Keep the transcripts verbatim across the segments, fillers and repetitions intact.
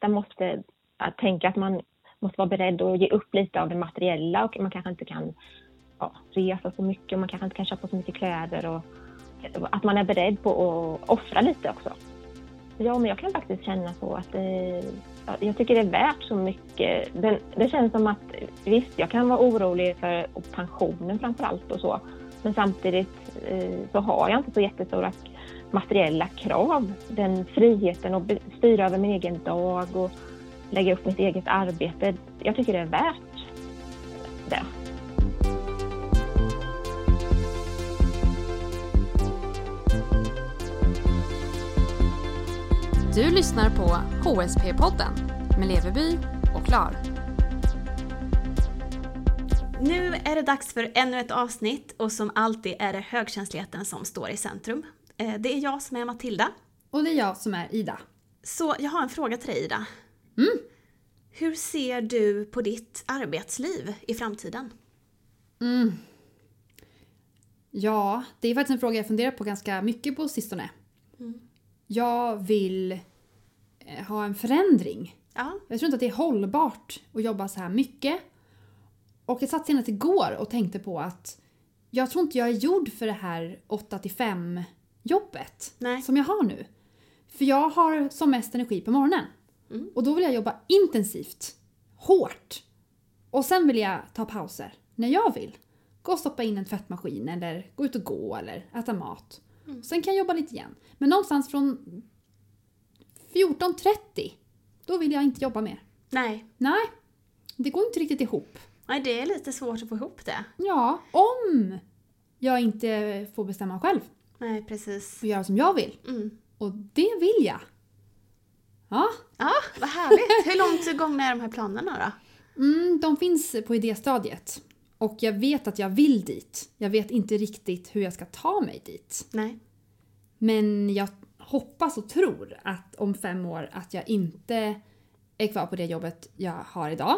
vissa måste att tänka att man måste vara beredd att ge upp lite av det materiella och man kanske inte kan ja, resa så mycket och man kanske inte kan köpa så mycket kläder och att man är beredd på att offra lite också. Ja, men jag kan faktiskt känna så att eh, jag tycker det är värt så mycket. Det, det känns som att visst, jag kan vara orolig för pensionen framförallt och så. Men samtidigt eh, så har jag inte så jättestora materiella krav. Den friheten att styra över min egen dag och lägga upp mitt eget arbete. Jag tycker det är värt det. Du lyssnar på H S P-podden med Leveby och Klar. Nu är det dags för ännu ett avsnitt och som alltid är det högkänsligheten som står i centrum. Det är jag som är Matilda. Och det är jag som är Ida. Så jag har en fråga till dig, Ida. Mm. Hur ser du på ditt arbetsliv i framtiden? Mm. Ja, det är faktiskt en fråga jag funderar på ganska mycket på sistone. Mm. Jag vill ha en förändring. Ja. Jag tror inte att det är hållbart att jobba så här mycket. Och jag satt senast igår och tänkte på att jag tror inte jag är gjord för det här åtta till fem jobbet Nej. som jag har nu. För jag har som mest energi på morgonen. Mm. Och då vill jag jobba intensivt, hårt. Och sen vill jag ta pauser när jag vill. Gå och stoppa in en tvättmaskin eller gå ut och gå eller äta mat. Mm. Sen kan jag jobba lite igen. Men någonstans från fjorton trettio, då vill jag inte jobba mer. Nej. Nej, det går inte riktigt ihop. Nej, det är lite svårt att få ihop det. Ja, om jag inte får bestämma själv. Nej, precis. Och göra som jag vill. Mm. Och det vill jag. Ja. Ja, vad härligt. Hur långt gångna är de här planerna då? Mm, de finns på idéstadiet. Och jag vet att jag vill dit. Jag vet inte riktigt hur jag ska ta mig dit. Nej. Men jag hoppas och tror att om fem år att jag inte är kvar på det jobbet jag har idag.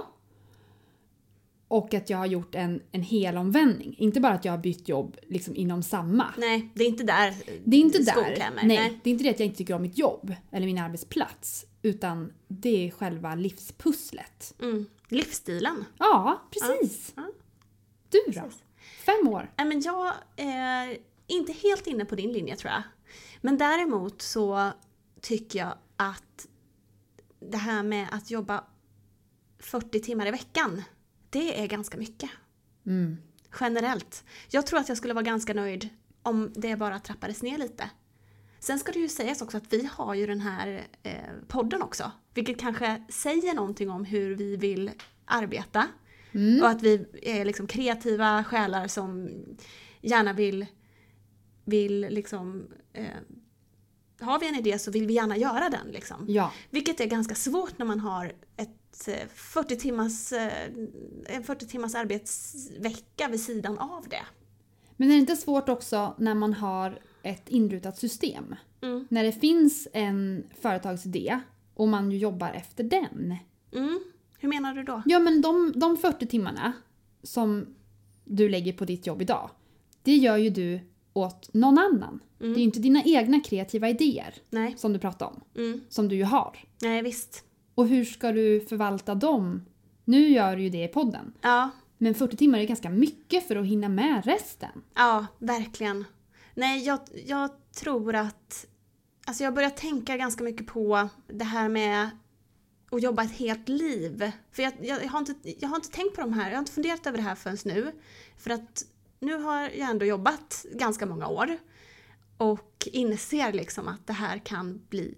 Och att jag har gjort en, en hel omvändning. Inte bara att jag har bytt jobb liksom inom samma. Nej, det är inte där. Det är inte där. Nej, Nej, det är inte det att jag inte tycker om mitt jobb eller min arbetsplats. Utan det är själva livspusslet. Mm. Livsstilen. Ja, precis. Ja. Ja. Du då? Precis. Fem år? Nej, men jag är inte helt inne på din linje, tror jag. Men däremot så tycker jag att det här med att jobba fyrtio timmar i veckan, det är ganska mycket. Mm. Generellt. Jag tror att jag skulle vara ganska nöjd om det bara trappades ner lite. Sen ska det ju sägas också att vi har ju den här eh, podden också. Vilket kanske säger någonting om hur vi vill arbeta. Mm. Och att vi är liksom kreativa själar som gärna vill, vill liksom, eh, har vi en idé så vill vi gärna göra den. Liksom. Ja. Vilket är ganska svårt när man har ett fyrtio timmars, en fyrtio timmars arbetsvecka vid sidan av det. Men är det inte svårt också när man har ett inrutat system? Mm. När det finns en företagsidé och man ju jobbar efter den. Mm. Hur menar du då? Ja, men de, de fyrtio timmarna som du lägger på ditt jobb idag, det gör ju du åt någon annan. Mm. Det är ju inte dina egna kreativa idéer. Nej. Som du pratar om. Mm. Som du ju har. Nej, visst. Och hur ska du förvalta dem? Nu gör du ju det i podden. Ja. Men fyrtio timmar är ganska mycket för att hinna med resten. Ja, verkligen. Nej, jag, jag tror att... Alltså jag börjar tänka ganska mycket på det här med att jobba ett helt liv. För jag, jag, jag, har inte, jag har inte tänkt på de här, jag har inte funderat över det här förrän nu. För att nu har jag ändå jobbat ganska många år. Och inser liksom att det här kan bli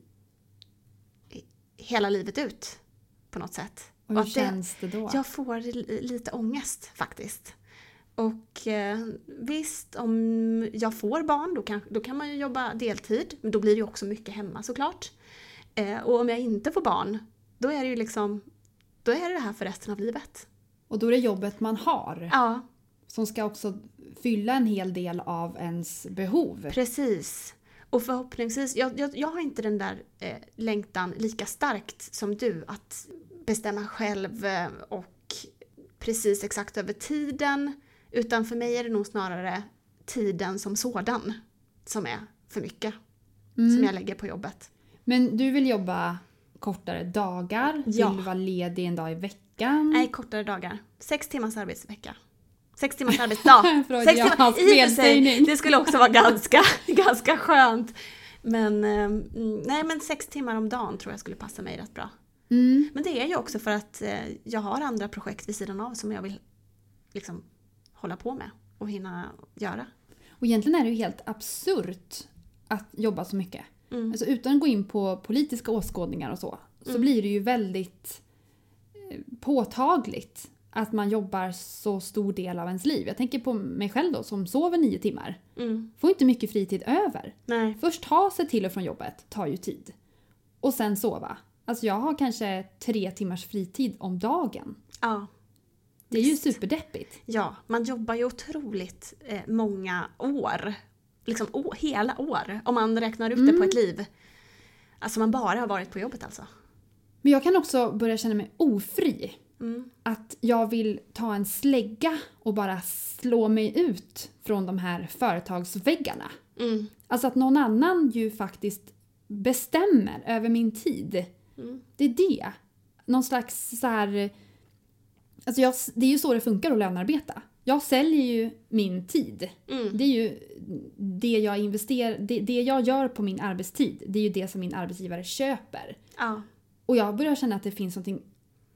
hela livet ut på något sätt. Och hur och känns det då? Jag får lite ångest faktiskt. Och eh, visst, om jag får barn då kan, då kan man ju jobba deltid. Men då blir det ju också mycket hemma såklart. Eh, och om jag inte får barn, då är det ju liksom, då är det det här för resten av livet. Och då är det jobbet man har. Ja. Som ska också fylla en hel del av ens behov. Precis. Och förhoppningsvis, jag, jag, jag har inte den där eh, längtan lika starkt som du att bestämma själv eh, och precis exakt över tiden. Utan för mig är det nog snarare tiden som sådan som är för mycket. Mm. Som jag lägger på jobbet. Men du vill jobba kortare dagar? Ja. Vill du vara ledig en dag i veckan? Nej, kortare dagar. Sex timmars arbetsvecka. Sex timmars arbetsdag. För att Sex jag timmar. har I och för sig, felsägning. det skulle också vara ganska, ganska skönt. Men, eh, nej, men sex timmar om dagen tror jag skulle passa mig rätt bra. Mm. Men det är ju också för att eh, jag har andra projekt vid sidan av som jag vill liksom hålla på med och hinna göra. Och egentligen är det ju helt absurt att jobba så mycket. Mm. Alltså utan att gå in på politiska åskådningar och så, så Mm. blir det ju väldigt eh, påtagligt att man jobbar så stor del av ens liv. Jag tänker på mig själv då som sover nio timmar. Mm. Får inte mycket fritid över. Nej. Först ta sig till och från jobbet tar ju tid. Och sen sova. Alltså jag har kanske tre timmars fritid om dagen. Ja. Det är ju Visst. superdeppigt. Ja, man jobbar ju otroligt eh, många år. Liksom å, hela år. Om man räknar ut det Mm. på ett liv. Alltså man bara har varit på jobbet alltså. Men jag kan också börja känna mig ofri. Mm. Att jag vill ta en slägga och bara slå mig ut från de här företagsväggarna. Mm. Alltså att någon annan ju faktiskt bestämmer över min tid. Mm. Det är det. Någon slags så här... Alltså jag, det är ju så det funkar att lönearbeta. Jag säljer ju min tid. Mm. Det är ju det jag investerar, det, det jag gör på min arbetstid. Det är ju det som min arbetsgivare köper. Ja. Och jag börjar känna att det finns någonting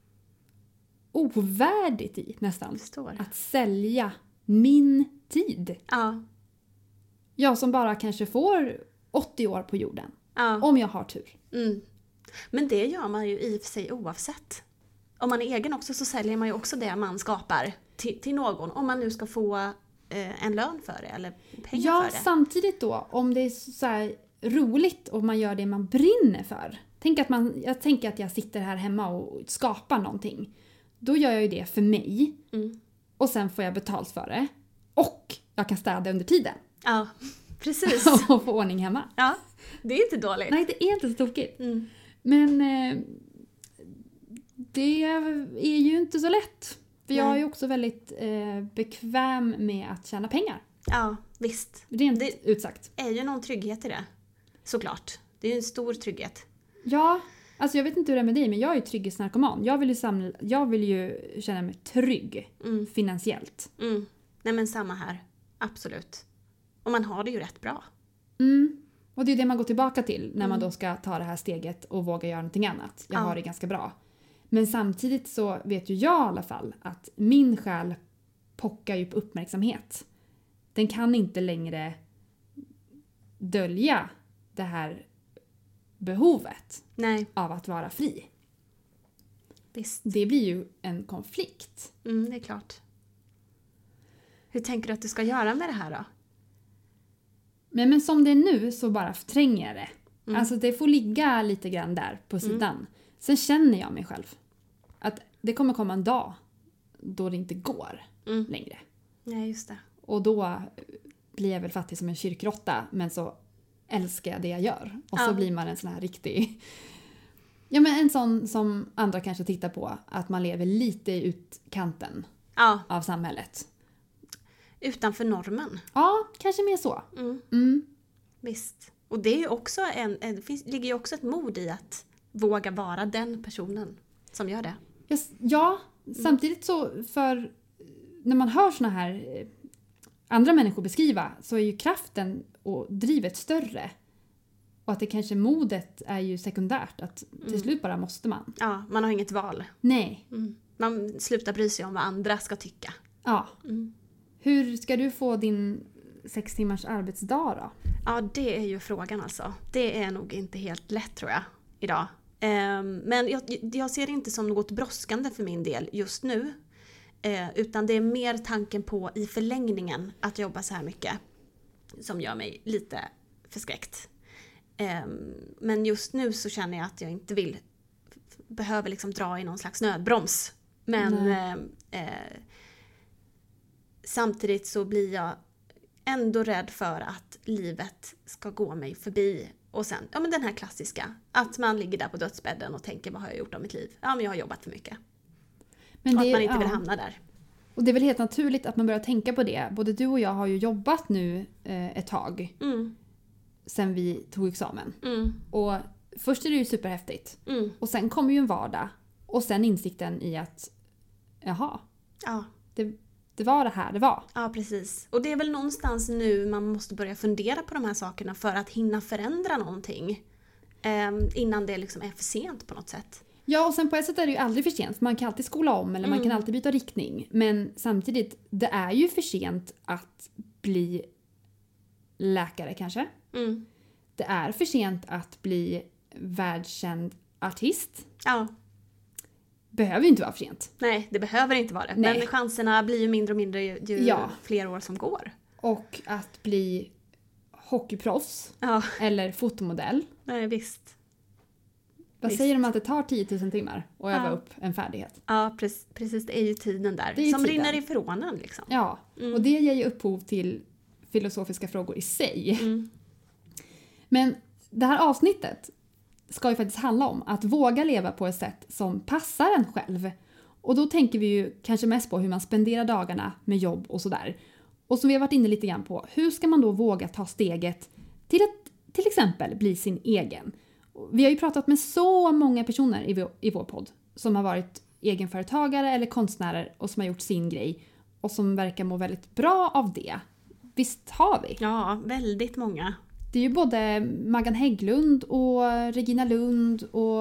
ovärdigt i nästan. Jag förstår. Att sälja min tid. Ja. Jag som bara kanske får åttio år på jorden. Ja. Om jag har tur. Mm. Men det gör man ju i och för sig oavsett. Om man är egen också så säljer man ju också det man skapar till, till någon. Om man nu ska få eh, en lön för det eller pengar Ja, för det. samtidigt då, om det är så här roligt och man gör det man brinner för. Tänk att man, jag tänker att jag sitter här hemma och skapar någonting. Då gör jag ju det för mig. Mm. Och sen får jag betalt för det. Och jag kan städa under tiden. Ja, precis. Och få ordning hemma. Ja, det är inte dåligt. Nej, det är inte så tokigt. Mm. Men eh, det är ju inte så lätt. För jag Nej. är ju också väldigt eh, bekväm med att tjäna pengar. Ja, visst. Rent Det- utsagt. Det är ju någon trygghet i det. Såklart. Det är ju en stor trygghet. Ja, alltså jag vet inte hur det är med dig, men jag är ju trygghetsnarkoman. Jag vill ju, samla, jag vill ju känna mig trygg Mm. finansiellt. Mm. Nej men samma här. Absolut. Och man har det ju rätt bra. Mm. Och det är det man går tillbaka till när man Mm. då ska ta det här steget och våga göra någonting annat. Jag Ja. har det ganska bra. Men samtidigt så vet ju jag i alla fall att min själ pockar ju på uppmärksamhet. Den kan inte längre dölja det här behovet Nej, av att vara fri. visst. Det blir ju en konflikt. Mm, det är klart. Hur tänker du att du ska göra med det här då? Men, men som det är nu så bara förtränger jag det. Mm. Alltså det får ligga lite grann där på sidan. Sen känner jag mig själv att det kommer komma en dag då det inte går Mm. längre. Nej, just det. Och då blir jag väl fattig som en kyrkråtta, men så älskar jag det jag gör. Och så Ja. blir man en sån här riktig... Ja, men en sån som andra kanske tittar på, att man lever lite i utkanten Ja, av samhället. utanför normen. Ja, kanske mer så. Mm, Mm. visst. Och det är ju också en, en, det finns, ligger ju också ett mod i att våga vara den personen som gör det. Yes, ja, samtidigt så för när man hör såna här eh, andra människor beskriva så är ju kraften och drivet större. Och att det kanske modet är ju sekundärt. Att till slut bara måste man. Ja, man har inget val. Nej. Mm. Man slutar bry sig om vad andra ska tycka. Ja. Mm. Hur ska du få din sex timmars arbetsdag då? Ja, det är ju frågan alltså. Det är nog inte helt lätt tror jag idag. Ehm, men jag, jag ser det inte som något brådskande för min del just nu. Eh, utan det är mer tanken på i förlängningen att jobba så här mycket som gör mig lite förskräckt. Ehm, men just nu så känner jag att jag inte vill, behöver liksom dra i någon slags nödbroms. Men eh, eh, samtidigt så blir jag ändå rädd för att livet ska gå mig förbi. Och sen, ja men den här klassiska, att man ligger där på dödsbädden och tänker vad har jag gjort av mitt liv? Ja men jag har jobbat för mycket. Men Och det, att man inte ja. vill hamna där. Och det är väl helt naturligt att man börjar tänka på det. Både du och jag har ju jobbat nu eh, ett tag Mm, sen vi tog examen. mm, Och först är det ju superhäftigt. Mm. Och sen kommer ju en vardag. Och sen insikten i att jaha, Ja. det, det var det här det var. Ja, precis. Och det är väl någonstans nu man måste börja fundera på de här sakerna för att hinna förändra någonting. Eh, innan det liksom är för sent på något sätt. Ja, och sen på ett sätt är det ju aldrig för sent. Man kan alltid skola om eller man Mm. kan alltid byta riktning. Men samtidigt, det är ju för sent att bli läkare kanske. Mm. Det är för sent att bli världskänd artist. Ja, Behöver ju inte vara för sent. nej, det behöver inte vara det. Nej. Men chanserna blir ju mindre och mindre ju, ju Ja. fler år som går. Och att bli hockeyproffs Ja, eller fotomodell. nej, visst. Vad Visst. säger de att det tar tio tusen timmar att öva Ja. upp en färdighet? Ja, precis, precis. Det är ju tiden där. Det är ju som tiden. rinner ifrån en liksom. Ja, Mm. och det ger ju upphov till filosofiska frågor i sig. Mm. Men det här avsnittet ska ju faktiskt handla om att våga leva på ett sätt som passar en själv. Och då tänker vi ju kanske mest på hur man spenderar dagarna med jobb och sådär. Och som vi har varit inne lite grann på, hur ska man då våga ta steget till att till exempel bli sin egen? Vi har ju pratat med så många personer i vår, i vår podd som har varit egenföretagare eller konstnärer och som har gjort sin grej och som verkar må väldigt bra av det. Visst har vi? Ja, väldigt många. Det är ju både Maggan Hägglund och Regina Lund och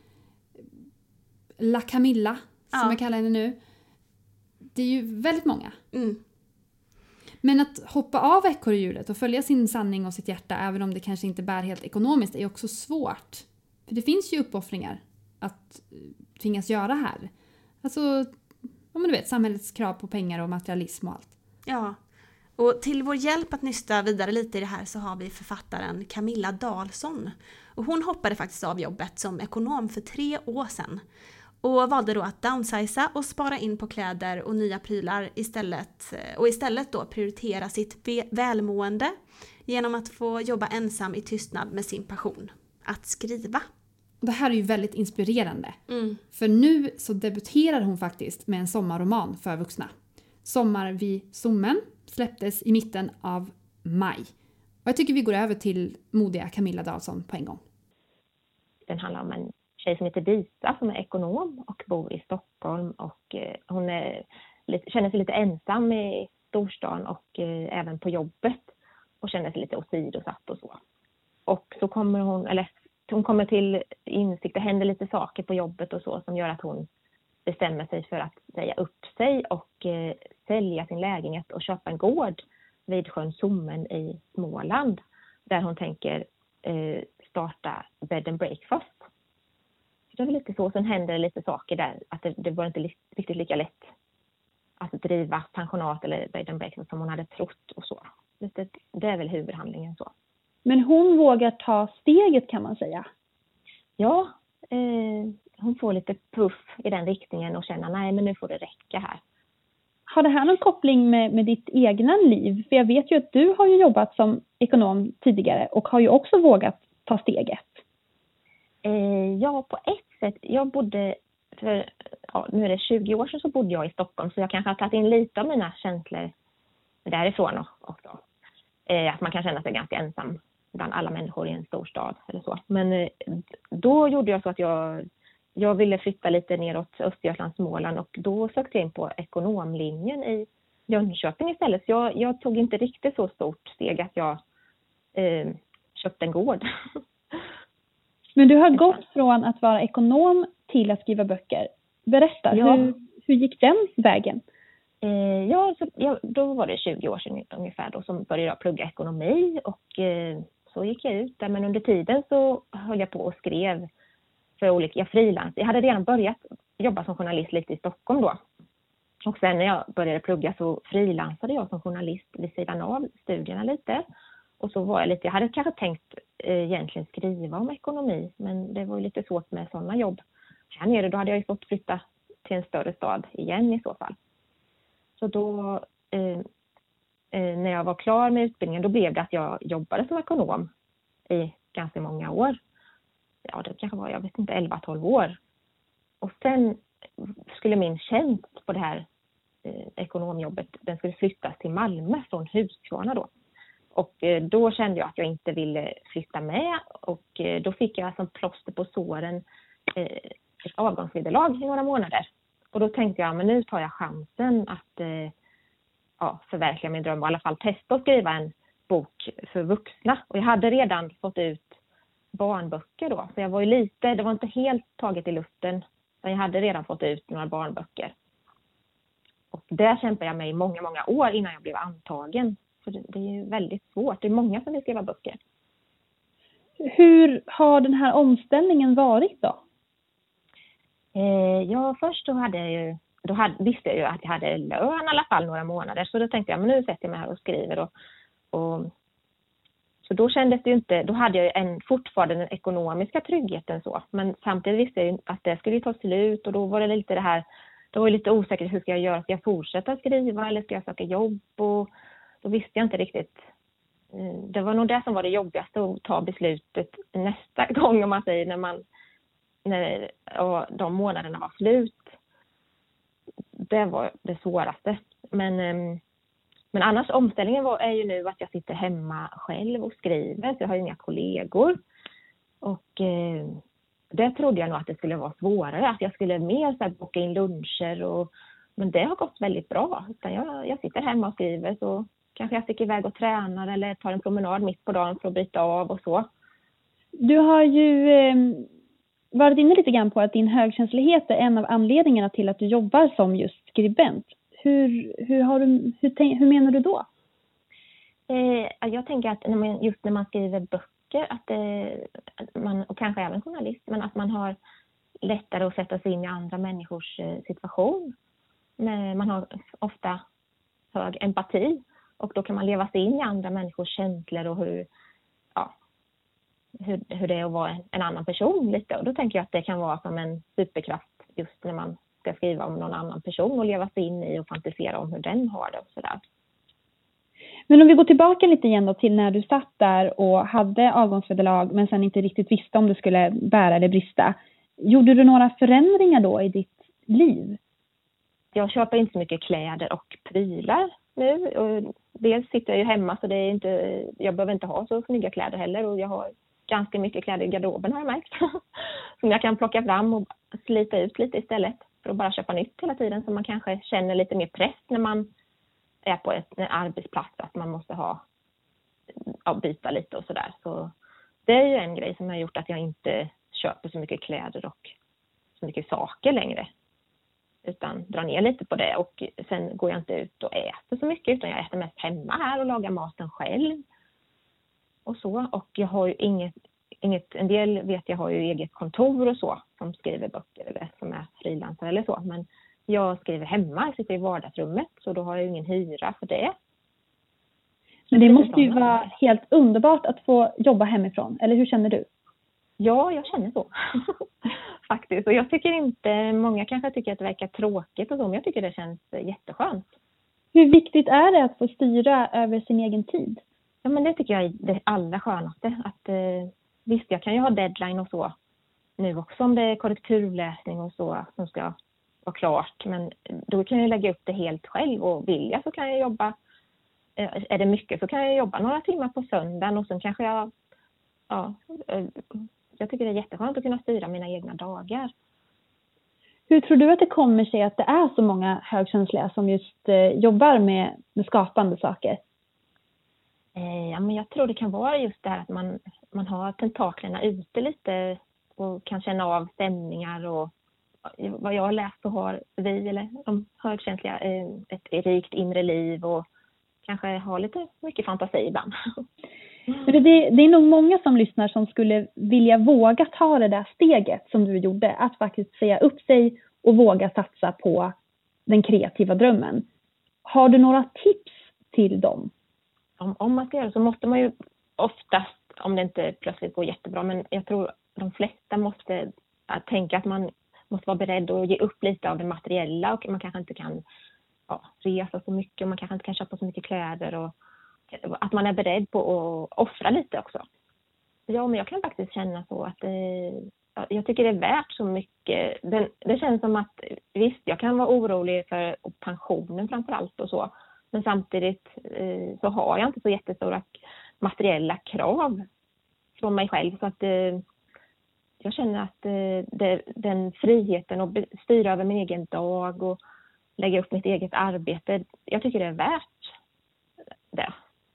La Camilla, som Ja. jag kallar henne nu. Det är ju väldigt många. Mm. Men att hoppa av ekorrhjulet och följa sin sanning och sitt hjärta, även om det kanske inte bär helt ekonomiskt, är också svårt. För det finns ju uppoffringar att eh, tvingas göra här. Alltså, ja, men du vet, samhällets krav på pengar och materialism och allt. Ja, och till vår hjälp att nysta vidare lite i det här så har vi författaren Camilla Dahlsson. Och hon hoppade faktiskt av jobbet som ekonom för tre år sedan. Och valde då att downsiza och spara in på kläder och nya prylar istället. Och istället då prioritera sitt ve- välmående genom att få jobba ensam i tystnad med sin passion. Att skriva. Det här är ju väldigt inspirerande. Mm. För nu så debuterar hon faktiskt med en sommarroman för vuxna. Sommar vid Sommen släpptes i mitten av maj. Och jag tycker vi går över till modiga Camilla Dahlsson på en gång. Den handlar om en tjej som heter Disa som är ekonom och bor i Stockholm. Och eh, hon är, lite, känner sig lite ensam i storstan och eh, även på jobbet. Och känner sig lite åsidosatt och så. Och så kommer hon, eller hon kommer till insikt, det händer lite saker på jobbet och så som gör att hon bestämmer sig för att säga upp sig och eh, sälja sin lägenhet och köpa en gård vid sjön Sommen i Småland. Där hon tänker eh, starta bed and breakfast. Så det är väl lite så. Sen händer det lite saker där. Att det, det var inte li- riktigt lika lätt att driva pensionat eller bed and breakfast som hon hade trott och så. Lite, det är väl huvudhandlingen så. Men hon vågar ta steget kan man säga. Ja, eh, hon får lite puff i den riktningen och känner nej men nu får det räcka här. Har det här någon koppling med, med ditt egna liv? För jag vet ju att du har ju jobbat som ekonom tidigare och har ju också vågat ta steget. Eh, ja, på ett sätt. Jag bodde, för ja, nu är det tjugo år sedan så bodde jag i Stockholm så jag kanske har tagit in lite av mina känslor därifrån också. Eh, att man kan känna sig ganska ensam bland alla människor i en stor stad eller så. Men eh, då gjorde jag så att jag, jag ville flytta lite neråt Östergötland, Småland och då sökte jag in på ekonomlinjen i Jönköping istället. Så jag, jag tog inte riktigt så stort steg att jag eh, köpte en gård. Men du har gått från att vara ekonom till att skriva böcker. Berätta, Ja. hur, hur gick den vägen? Eh, ja, så, ja, då var det tjugo år sedan ungefär då som började jag plugga ekonomi och eh, så gick jag ut där. Men under tiden så höll jag på och skrev för olika frilans. Jag hade redan börjat jobba som journalist lite i Stockholm då. Och sen när jag började plugga så frilansade jag som journalist vid sidan av studierna lite. Och så var jag lite, jag hade kanske tänkt eh, egentligen skriva om ekonomi men det var ju lite svårt med sådana jobb. Här nere då hade jag ju fått flytta till en större stad igen i så fall. Så då eh, eh, när jag var klar med utbildningen då blev det att jag jobbade som ekonom i ganska många år. Ja, det kanske var, jag vet inte, elva tolv år. Och sen skulle min tjänst på det här eh, ekonomjobbet, den skulle flyttas till Malmö från Huskvarna då. Och eh, då kände jag att jag inte ville flytta med. Och eh, då fick jag som plåster på såren eh, ett avgångsvederlag i några månader. Och då tänkte jag, men nu tar jag chansen att eh, ja, förverkliga min dröm. Och i alla fall testa att skriva en bok för vuxna. Och jag hade redan fått ut barnböcker då. Så jag var ju lite, det var inte helt taget i luften. Men jag hade redan fått ut några barnböcker. Och där kämpade jag mig i många, många år innan jag blev antagen. För det, det är ju väldigt svårt. Det är många som vill skriva böcker. Hur har den här omställningen varit då? Eh, ja, först då hade jag ju, då hade, visste jag ju att jag hade lön i alla fall några månader. Så då tänkte jag, men nu sätter jag mig här och skriver. Och, och, så då kändes det ju inte, då hade jag ju en, fortfarande den ekonomiska tryggheten så. Men samtidigt visste jag ju att det skulle ta slut och då var det lite det här, då var det lite osäkert, hur ska jag göra? Ska jag fortsätta skriva eller ska jag söka jobb? Och då visste jag inte riktigt. Det var nog det som var det jobbigaste, att ta beslutet nästa gång, om man säger, när man när de månaderna var slut. Det var det svåraste. Men, men annars omställningen var, är ju nu att jag sitter hemma själv och skriver. Så jag har ju inga kollegor. Och eh, det trodde jag nog att det skulle vara svårare. Att jag skulle mer så här, boka in luncher. Och, men det har gått väldigt bra. Utan jag, jag sitter hemma och skriver, så kanske jag sticker iväg och tränar eller tar en promenad mitt på dagen för att bryta av och så. Du har ju eh, varit inne lite grann på att din högkänslighet är en av anledningarna till att du jobbar som just skribent. Hur, hur, har du, hur, hur menar du då? Eh, jag tänker att när man, just när man skriver böcker, att, eh, att man, och kanske även journalist, men att man har lättare att sätta sig in i andra människors eh, situation. Men man har ofta hög empati. Och då kan man leva sig in i andra människors känslor och hur, ja, hur, hur det är att vara en, en annan person lite. Och då tänker jag att det kan vara som en superkraft just när man ska skriva om någon annan person och leva sig in i och fantisera om hur den har det och sådär. Men om vi går tillbaka lite igen då till när du satt där och hade avgångsvederlag men sen inte riktigt visste om du skulle bära eller brista. Gjorde du några förändringar då i ditt liv? Jag köper inte så mycket kläder och prylar nu. Och dels sitter jag ju hemma, så det är inte, jag behöver inte ha så snygga kläder heller. Och jag har ganska mycket kläder i garderoben, har jag märkt. Som jag kan plocka fram och slita ut lite istället. För att bara köpa nytt hela tiden. Så man kanske känner lite mer press när man är på ett, en arbetsplats. Att man måste ha, ja, byta lite och sådär. Så det är ju en grej som har gjort att jag inte köper så mycket kläder och så mycket saker längre. Utan dra ner lite på det. Och sen går jag inte ut och äter så mycket. Utan jag äter mest hemma här och lagar maten själv. Och så. Och jag har ju inget, inget... En del vet jag har ju eget kontor och så. Som skriver böcker eller som är frilansare eller så. Men jag skriver hemma. Jag sitter i vardagsrummet. Så då har jag ju ingen hyra för det. Men det måste ju vara helt underbart att få jobba hemifrån. Eller hur känner du? Ja, jag känner så. Faktiskt. Och jag tycker inte, många kanske tycker att det verkar tråkigt och så, men jag tycker det känns jätteskönt. Hur viktigt är det att få styra över sin egen tid? Ja, men det tycker jag är det allra skönaste. Att, eh, visst, jag kan ju ha deadline och så nu också, om det är korrekturläsning och så som ska vara klart. Men då kan jag lägga upp det helt själv, och vill jag så kan jag jobba, eh, är det mycket så kan jag jobba några timmar på söndagen, och sen kanske jag, ja... Eh, Jag tycker det är jätteskönt att kunna styra mina egna dagar. Hur tror du att det kommer sig att det är så många högkänsliga som just eh, jobbar med, med skapande saker? Eh, ja, men jag tror det kan vara just det här att man, man har tentaklerna ute lite och kan känna av stämningar. Och vad jag har läst så har vi, eller de högkänsliga, eh, ett rikt inre liv och kanske har lite mycket fantasi ibland. Men det, det är nog många som lyssnar som skulle vilja våga ta det där steget som du gjorde. Att faktiskt säga upp sig och våga satsa på den kreativa drömmen. Har du några tips till dem? Om, om man ska göra så måste man ju oftast, om det inte plötsligt går jättebra, men jag tror de flesta måste att tänka att man måste vara beredd att ge upp lite av det materiella. Och man kanske inte kan ja, resa så mycket, och man kanske inte kan köpa så mycket kläder, och att man är beredd på att offra lite också. Ja, men jag kan faktiskt känna så att eh, jag tycker det är värt så mycket. Det, det känns som att visst, jag kan vara orolig för pensionen framför allt och så. Men samtidigt eh, så har jag inte så jättestora materiella krav från mig själv. Så att eh, jag känner att eh, det, den friheten att styra över min egen dag och lägga upp mitt eget arbete, jag tycker det är värt det.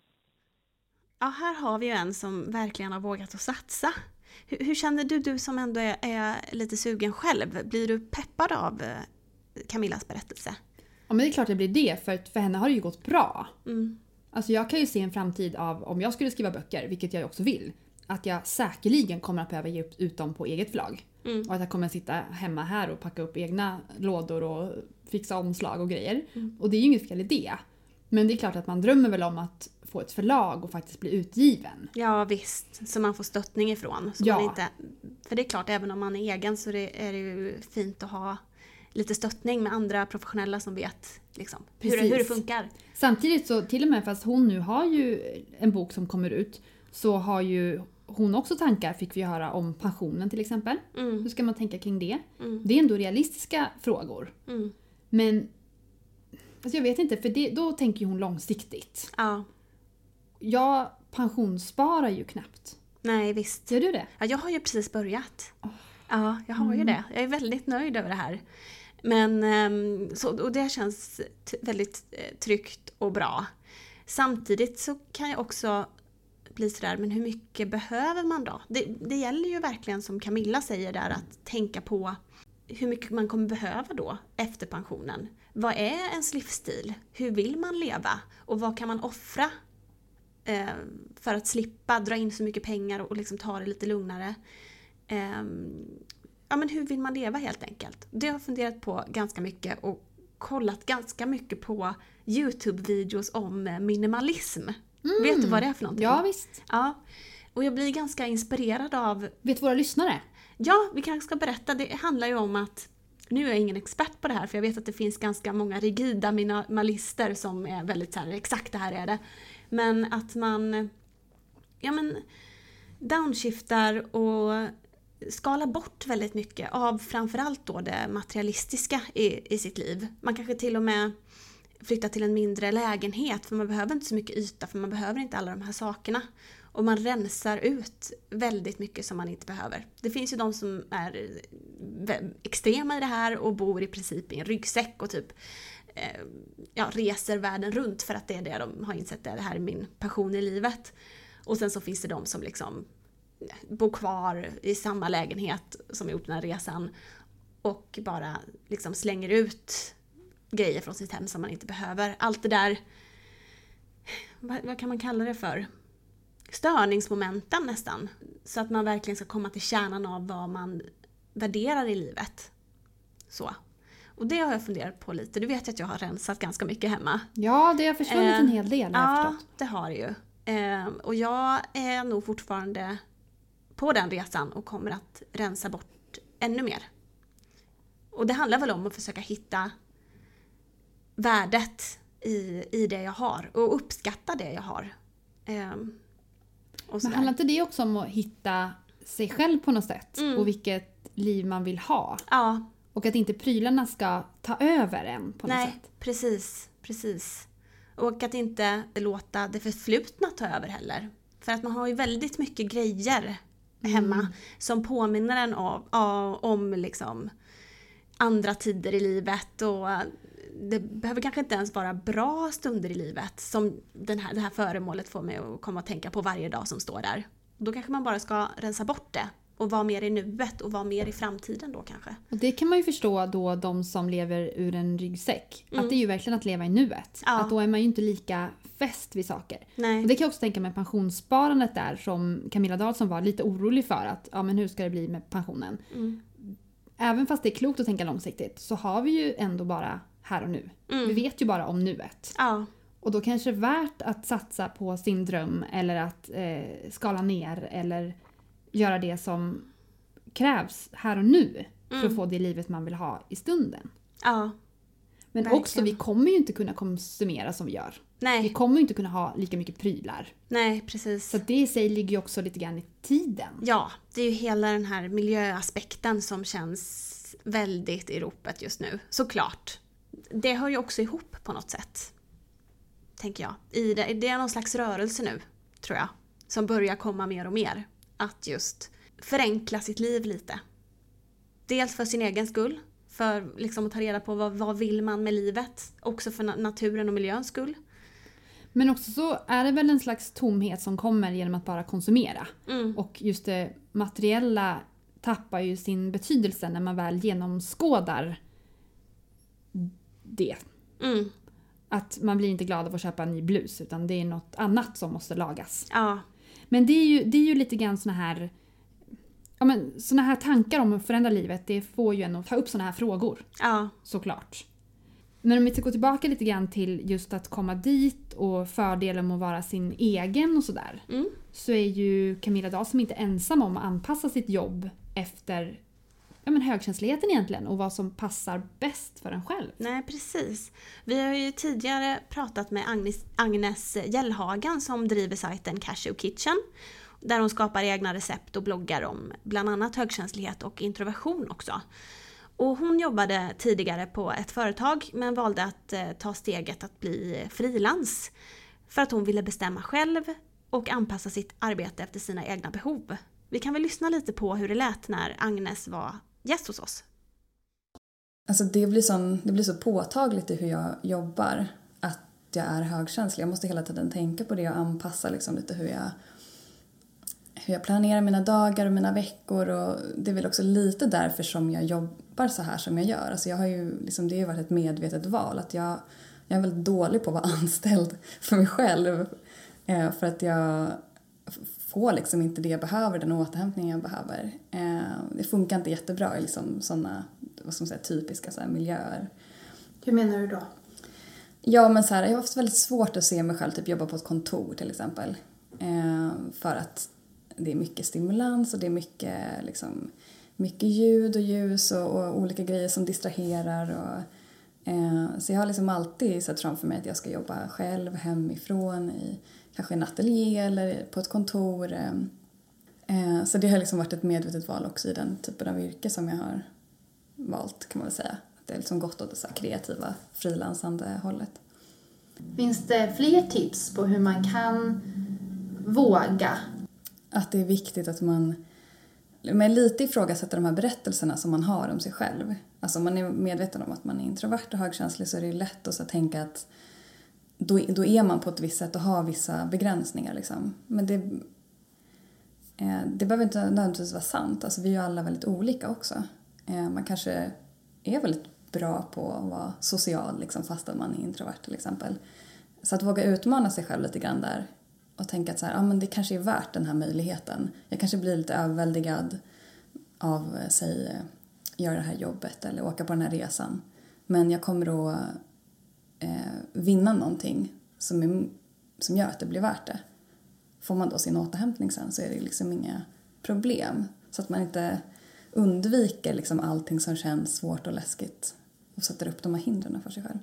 Ja, här har vi ju en som verkligen har vågat att satsa. Hur, hur känner du, du som ändå är, är lite sugen själv? Blir du peppad av Camillas berättelse? Ja, men det är klart det blir det, för, för henne har det ju gått bra. Mm. Alltså jag kan ju se en framtid av, om jag skulle skriva böcker, vilket jag också vill, att jag säkerligen kommer att behöva ge ut dem på eget förlag. Mm. Och att jag kommer att sitta hemma här och packa upp egna lådor och fixa omslag och grejer. Mm. Och det är ju inget fel i det. Men det är klart att man drömmer väl om att få ett förlag och faktiskt bli utgiven. Ja visst, så man får stöttning ifrån. Så ja. man inte, för det är klart, även om man är egen så det är det ju fint att ha lite stöttning med andra professionella som vet liksom, hur, det, hur det funkar. Samtidigt så, till och med fast hon nu har ju en bok som kommer ut, så har ju hon också tankar, fick vi höra, om pensionen till exempel. Mm. Hur ska man tänka kring det? Mm. Det är ändå realistiska frågor. Mm. Men alltså jag vet inte, för det, då tänker hon långsiktigt. Ja. Jag pensionssparar ju knappt. Nej, visst. Gör du det? Ja, jag har ju precis börjat. Oh. Ja, jag har mm. ju det. Jag är väldigt nöjd över det här. Men, så, och det känns t- väldigt tryggt och bra. Samtidigt så kan jag också bli sådär, men hur mycket behöver man då? Det, det gäller ju verkligen, som Camilla säger där, att tänka på hur mycket man kommer behöva då efter pensionen. Vad är ens livsstil? Hur vill man leva? Och vad kan man offra eh, för att slippa dra in så mycket pengar och liksom ta det lite lugnare? Eh, ja, men hur vill man leva helt enkelt? Det har jag funderat på ganska mycket och kollat ganska mycket på YouTube-videos om minimalism. Mm. Vet du vad det är för någonting? Ja, visst. Ja. Och jag blir ganska inspirerad av... Vet våra lyssnare? Ja, vi kanske ska berätta. Det handlar ju om att... Nu är jag ingen expert på det här, för jag vet att det finns ganska många rigida minimalister som är väldigt så här, exakt det här är det. Men att man... Ja, men... downshiftar och skalar bort väldigt mycket av framförallt då det materialistiska i, i sitt liv. Man kanske till och med flyttar till en mindre lägenhet, för man behöver inte så mycket yta, för man behöver inte alla de här sakerna. Och man rensar ut väldigt mycket som man inte behöver. Det finns ju de som är extrema i det här och bor i princip i en ryggsäck och typ eh, ja, reser världen runt för att det är det de har insett, det här är min passion i livet. Och sen så finns det de som liksom bor kvar i samma lägenhet som gjort den här resan och bara liksom slänger ut grejer från sitt hem som man inte behöver. Allt det där, vad, vad kan man kalla det för? Störningsmomenten nästan. Så att man verkligen ska komma till kärnan av vad man värderar i livet. Så. Och det har jag funderat på lite. Du vet att jag har rensat ganska mycket hemma. Ja, det har försvunnit eh, en hel del, har jag ja, förstått. det har det ju. Eh, och jag är nog fortfarande på den resan och kommer att rensa bort ännu mer. Och det handlar väl om att försöka hitta värdet i, i det jag har och uppskatta det jag har. Eh, Men handlar inte det också om att hitta sig själv på något sätt? Mm. Och vilket liv man vill ha? Ja. Och att inte prylarna ska ta över en på något Nej, sätt? Nej, precis, precis. Och att inte låta det förflutna ta över heller. För att man har ju väldigt mycket grejer hemma mm. som påminner en av, av, om liksom andra tider i livet. Och det behöver kanske inte ens vara bra stunder i livet som den här, det här föremålet får mig att komma och tänka på varje dag som står där. Då kanske man bara ska rensa bort det och vara mer i nuet och vara mer i framtiden då kanske. Och det kan man ju förstå då, de som lever ur en ryggsäck. Mm. Att det är ju verkligen att leva i nuet. Ja. Att då är man ju inte lika fäst vid saker. Nej. Och det kan jag också tänka med pensionssparandet där, som Camilla Dahlsson var lite orolig för. Att ja, men hur ska det bli med pensionen? Mm. Även fast det är klokt att tänka långsiktigt så har vi ju ändå bara här och nu. Mm. Vi vet ju bara om nuet. Ja. Och då kanske det är värt att satsa på sin dröm eller att eh, skala ner eller göra det som krävs här och nu för mm. att få det livet man vill ha i stunden. Ja. Men verkligen. Också, vi kommer ju inte kunna konsumera som vi gör. Nej. Vi kommer ju inte kunna ha lika mycket prylar. Nej, precis. Så det i sig ligger ju också lite grann i tiden. Ja, det är ju hela den här miljöaspekten som känns väldigt i ropet just nu. Såklart. Det hör ju också ihop på något sätt. Tänker jag. I det, det är någon slags rörelse nu. tror jag, som börjar komma mer och mer. Att just förenkla sitt liv lite. Dels för sin egen skull, för liksom att ta reda på vad, vad vill man med livet. Också för naturen och miljöns skull. Men också så är det väl en slags tomhet som kommer genom att bara konsumera. Mm. Och just det materiella tappar ju sin betydelse när man väl genomskådar det. Mm. Att man blir inte glad av att köpa en ny blus, utan det är något annat som måste lagas. Ja. Men det är ju, det är ju lite grann såna här, ja men, såna här tankar om att förändra livet, det får ju en att ta upp såna här frågor. Ja. Såklart. Men om vi ska gå tillbaka lite grann till just att komma dit och fördelen med att vara sin egen och sådär. Mm. Så är ju Camilla Dahlsson inte ensam om att anpassa sitt jobb efter ja, men högkänsligheten egentligen och vad som passar bäst för en själv. Nej, precis. Vi har ju tidigare pratat med Agnes, Agnes Gällhagen som driver sajten Cashew Kitchen. Där hon skapar egna recept och bloggar om bland annat högkänslighet och introversion också. Och hon jobbade tidigare på ett företag men valde att eh, ta steget att bli frilans. För att hon ville bestämma själv och anpassa sitt arbete efter sina egna behov. Vi kan väl lyssna lite på hur det lät när Agnes var gäst hos oss. Alltså det blir, sån, det blir så påtagligt i hur jag jobbar att jag är högkänslig. Jag måste hela tiden tänka på det och anpassa liksom lite hur jag, hur jag planerar mina dagar och mina veckor. Och det är väl också lite därför som jag jobbar så här som jag gör. Alltså jag har ju, liksom, det har ju varit ett medvetet val. Att jag, jag är väldigt dålig på att vara anställd för mig själv. Eh, för att jag får liksom inte det jag behöver, den återhämtning jag behöver. Eh, det funkar inte jättebra i liksom sådana, vad ska man säga, typiska så här miljöer. Hur menar du då? Ja, men så här, jag har haft väldigt svårt att se mig själv typ jobba på ett kontor till exempel. Eh, för att det är mycket stimulans och det är mycket, liksom, mycket ljud och ljus och, och olika grejer som distraherar. Och, eh, så jag har liksom alltid sett framför mig att jag ska jobba själv hemifrån i kanske en ateljé eller på ett kontor. Eh, så det har liksom varit ett medvetet val också i den typen av yrke som jag har valt, kan man väl säga. Att det har liksom gått åt det så här kreativa, frilansande hållet. Finns det fler tips på hur man kan våga? Att det är viktigt att man men lite ifrågasätter de här berättelserna som man har om sig själv. Alltså om man är medveten om att man är introvert och högkänslig så är det lätt att så tänka att då, då är man på ett visst sätt och har vissa begränsningar. Liksom. Men det, eh, det behöver inte nödvändigtvis vara sant. Alltså, vi är ju alla väldigt olika också. Eh, man kanske är väldigt bra på att vara social liksom, fast att man är introvert till exempel. Så att våga utmana sig själv lite grann där. Och tänka att så här, ah, men det kanske är värt den här möjligheten. Jag kanske blir lite överväldigad av, säg, göra det här jobbet eller åka på den här resan. Men jag kommer att eh, vinna någonting som, är, som gör att det blir värt det. Får man då sin återhämtning sen så är det liksom inga problem. Så att man inte undviker liksom allting som känns svårt och läskigt och sätter upp de här hindren för sig själv.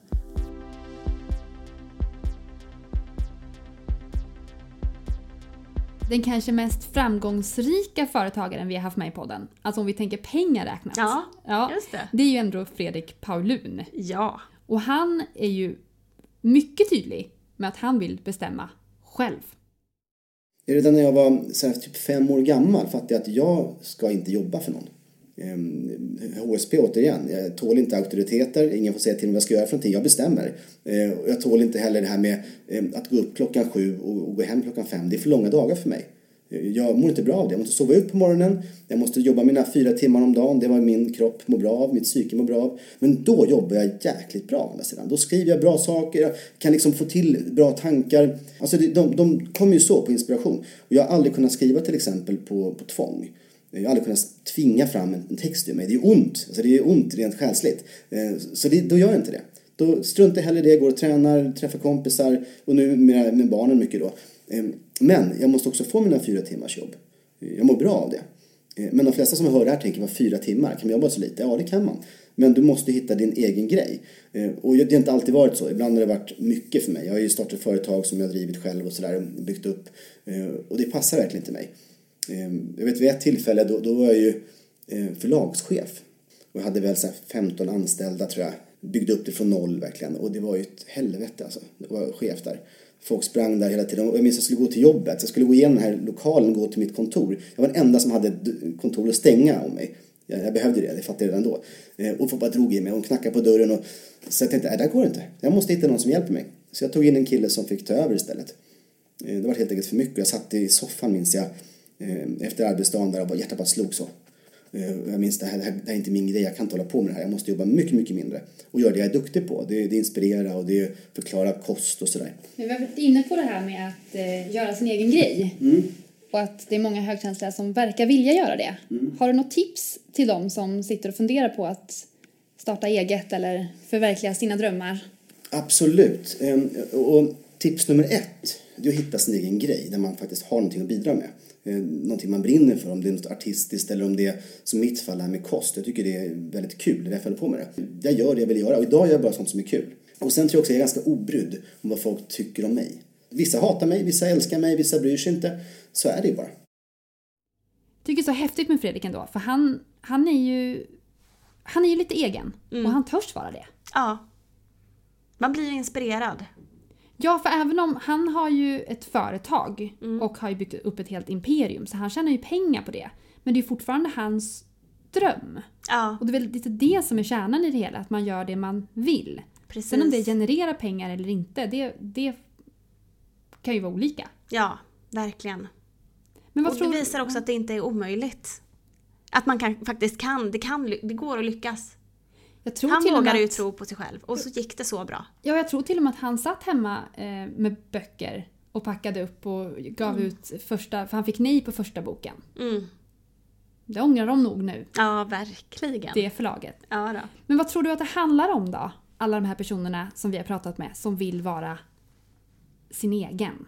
Den kanske mest framgångsrika företagaren vi har haft med i podden. Alltså om vi tänker pengar räknat. Ja, ja, just det. Det är ju ändå Fredrik Paulun. Ja. Och han är ju mycket tydlig med att han vill bestämma själv. Redan när jag var så här, typ fem år gammal fattade jag att jag ska inte jobba för någon. H S P återigen, jag tål inte auktoriteter, ingen får säga till mig vad jag ska göra för någonting, jag bestämmer. Jag tål inte heller det här med att gå upp klockan sju och gå hem klockan fem, det är för långa dagar för mig. Jag mår inte bra av det, jag måste sova ut på morgonen, jag måste jobba mina fyra timmar om dagen, det var min kropp mår bra av, mitt psyke mår bra av. Men då jobbar jag jäkligt bra sedan. Då skriver jag bra saker, jag kan liksom få till bra tankar. Alltså de, de kommer ju så på inspiration. Och jag har aldrig kunnat skriva till exempel på, på tvång. Jag har aldrig kunnat tvinga fram en text i mig. Det är ont. Alltså det är ont rent själsligt. Så det, då gör jag inte det. Då struntar jag hellre i det. Går och tränar, träffar kompisar. Och nu med, med barnen mycket då. Men jag måste också få mina fyra timmars jobb. Jag mår bra av det. Men de flesta som hör det här tänker, vad fyra timmar? Kan man jobba så lite? Ja, det kan man. Men du måste hitta din egen grej. Och det har inte alltid varit så. Ibland har det varit mycket för mig. Jag har ju startat företag som jag har drivit själv och sådär. Byggt upp. Och det passar verkligen inte mig. Jag vet vid ett tillfälle då, då var jag ju förlagschef och hade väl så här femton anställda tror jag, byggde upp det från noll verkligen och det var ju ett helvete alltså, det var chef där Folk sprang där hela tiden. Och jag minns att jag skulle gå till jobbet. Jag skulle gå igenom den här lokalen och gå till mitt kontor. Jag var den enda som hade ett kontor att stänga om mig. Jag, jag behövde det, det fattade jag redan då. Eh, och folk bara drog i mig och knackade på dörren. Och, så jag tänkte, nej, det går inte. Jag måste hitta någon som hjälper mig. Så jag tog in en kille som fick ta över istället. Eh, det var helt enkelt för mycket. Jag satt i soffan, minns jag, eh, efter arbetsdagen där och bara, hjärtat bara slog så. Jag minns det här, det här är inte min grej, jag kan inte hålla på med det här. Jag måste jobba mycket, mycket mindre. Och göra det jag är duktig på. Det, det inspirerar och det förklarar kost och sådär. Vi har varit inne på det här med att eh, göra sin egen grej. Mm. Och att det är många högkänsliga som verkar vilja göra det. Mm. Har du något tips till dem som sitter och funderar på att starta eget eller förverkliga sina drömmar? Absolut. Och tips nummer ett, det är att hitta sin egen grej där man faktiskt har någonting att bidra med. Någonting man brinner för, om det är något artistiskt eller om det är som mitt fall här med kost. Jag tycker det är väldigt kul, det är därför jag håller på med det. Jag gör det jag vill göra och idag gör jag bara sånt som är kul. Och sen tror jag också att jag är ganska obrydd om vad folk tycker om mig. Vissa hatar mig, vissa älskar mig, vissa bryr sig inte. Så är det ju bara. Jag tycker det är så häftigt med Fredrik ändå, för han, han är ju han är ju lite egen Mm. och han törs vara det. Ja. Man blir inspirerad. Ja, för även om han har ju ett företag Mm. och har ju byggt upp ett helt imperium, så han tjänar ju pengar på det. Men det är fortfarande hans dröm. Ja, Och det är väl lite det som är kärnan i det hela, att man gör det man vill. precis. Sen om det genererar pengar eller inte, det, det kan ju vara olika. Ja, verkligen. Men vad Och tror det visar också att det inte är omöjligt. Att man kan, faktiskt kan, det, kan, det går att lyckas. jag tror Han till och med vågade ju att- tro på sig själv och så gick det så bra. Ja, jag tror till och med att han satt hemma eh, med böcker och packade upp och gav Mm. ut första, för han fick nej på första boken. Mm. Det ångrar de nog nu, Ja, verkligen. det förlaget. Ja, då. Men vad tror du att det handlar om då? Alla de här personerna som vi har pratat med som vill vara sin egen.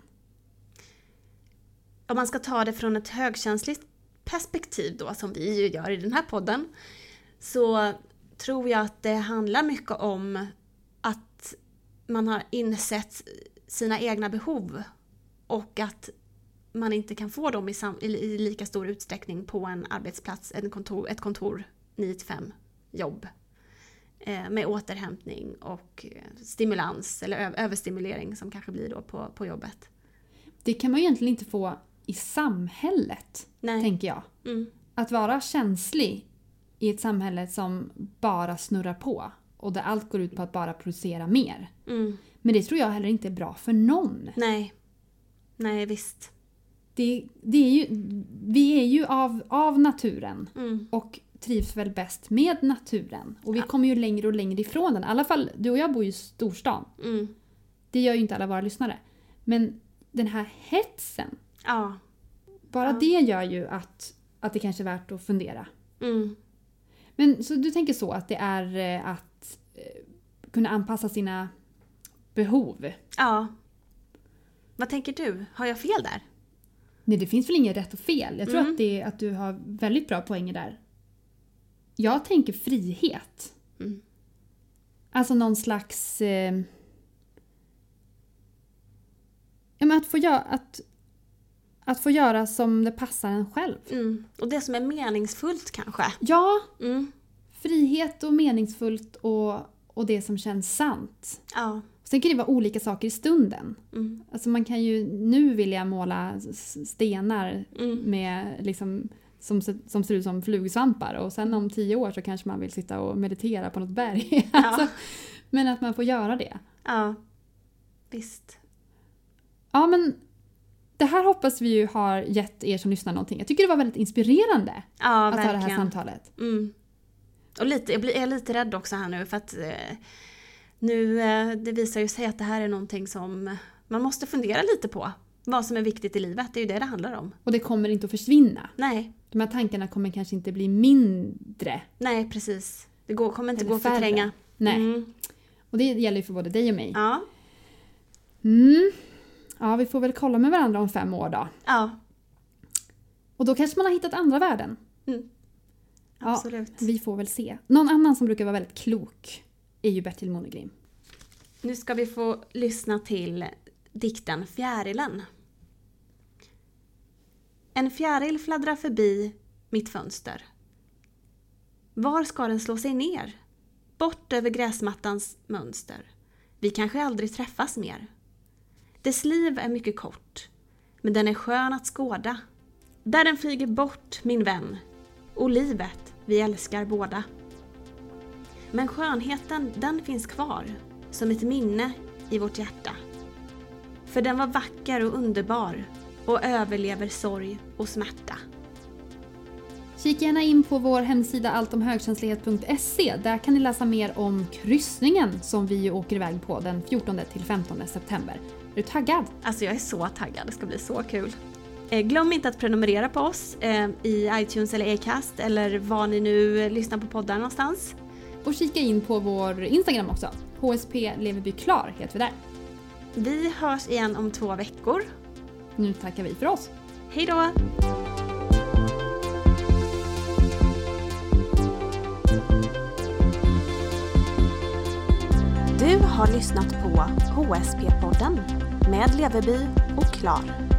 Om man ska ta det från ett högkänsligt perspektiv då, som vi ju gör i den här podden, så tror jag att det handlar mycket om att man har insett sina egna behov och att man inte kan få dem i, sam- i, i lika stor utsträckning på en arbetsplats, en kontor, ett kontor nio till fem jobb eh, med återhämtning och eh, stimulans eller ö- överstimulering som kanske blir då på, på jobbet. Det kan man ju egentligen inte få i samhället, Nej. tänker jag. Mm. Att vara känslig i ett samhälle som bara snurrar på och där allt går ut på att bara producera mer. Mm. Men det tror jag heller inte är bra för någon. Nej. Nej, visst. Det, det är ju, vi är ju av, av naturen Mm. och trivs väl bäst med naturen. Och vi Ja. kommer ju längre och längre ifrån den. I alla fall, du och jag bor ju i storstan. Mm. Det gör ju inte alla våra lyssnare. Men den här hetsen, Ja. bara Ja. det gör ju att, att det kanske är värt att fundera. Mm. Men så du tänker så att det är eh, att eh, kunna anpassa sina behov? Ja. Vad tänker du? Har jag fel där? Nej, det finns väl inget rätt och fel. Jag tror Mm. att, det, att du har väldigt bra poänger där. Jag tänker frihet. Mm. Alltså någon slags... Eh, ja, men att, få göra, att, att få göra som det passar en själv. Mm. Och det som är meningsfullt kanske. Ja, Mm. frihet och meningsfullt och, och det som känns sant. Ja. Sen kan det vara olika saker i stunden. Mm. Alltså man kan ju nu vilja måla s- stenar Mm. med liksom, som, se- som ser ut som flugsvampar och sen om tio år så kanske man vill sitta och meditera på något berg. alltså, men att man får göra det. Ja. Visst. Ja, men det här hoppas vi ju har gett er som lyssnar någonting. Jag tycker det var väldigt inspirerande Ja, att ha det här verkligen. samtalet. Mm. Och lite, jag blir jag är lite rädd också här nu för att eh, nu, eh, det visar ju sig att det här är någonting som man måste fundera lite på. Vad som är viktigt i livet, det är ju det det handlar om. Och det kommer inte att försvinna. Nej, De här tankarna kommer kanske inte bli mindre. nej precis. Det går, kommer inte Eller gå att färre. förtränga. Nej. Mm. Och det gäller ju för både dig och mig. Ja, Mm. Ja, vi får väl kolla med varandra om fem år då. ja, Och då kanske man har hittat andra värden. mm. Ja, Absolut. vi får väl se. Någon annan som brukar vara väldigt klok är ju Bertil Monegrim. Nu ska vi få lyssna till dikten Fjärilen. En fjäril fladdrar förbi mitt fönster. Var ska den slå sig ner? Bort över gräsmattans mönster. Vi kanske aldrig träffas mer. Dess liv är mycket kort, men den är skön att skåda. Där den flyger bort, min vän, och livet vi älskar båda. Men skönheten, den finns kvar, som ett minne i vårt hjärta. För den var vacker och underbar och överlever sorg och smärta. Kika gärna in på vår hemsida alltomhögkänslighet punkt se. Där kan ni läsa mer om kryssningen som vi åker iväg på den fjortonde till femtonde september. Är du taggad? Alltså jag är så taggad, det ska bli så kul. Eh, glöm inte att prenumerera på oss eh, i iTunes eller Acast eller var ni nu lyssnar på poddar någonstans. Och kika in på vår Instagram också. H S P Leverby Klar heter vi där. Vi hörs igen om två veckor. Nu tackar vi för oss. Hej då! Du har lyssnat på H S P-podden med Leverby och Klar.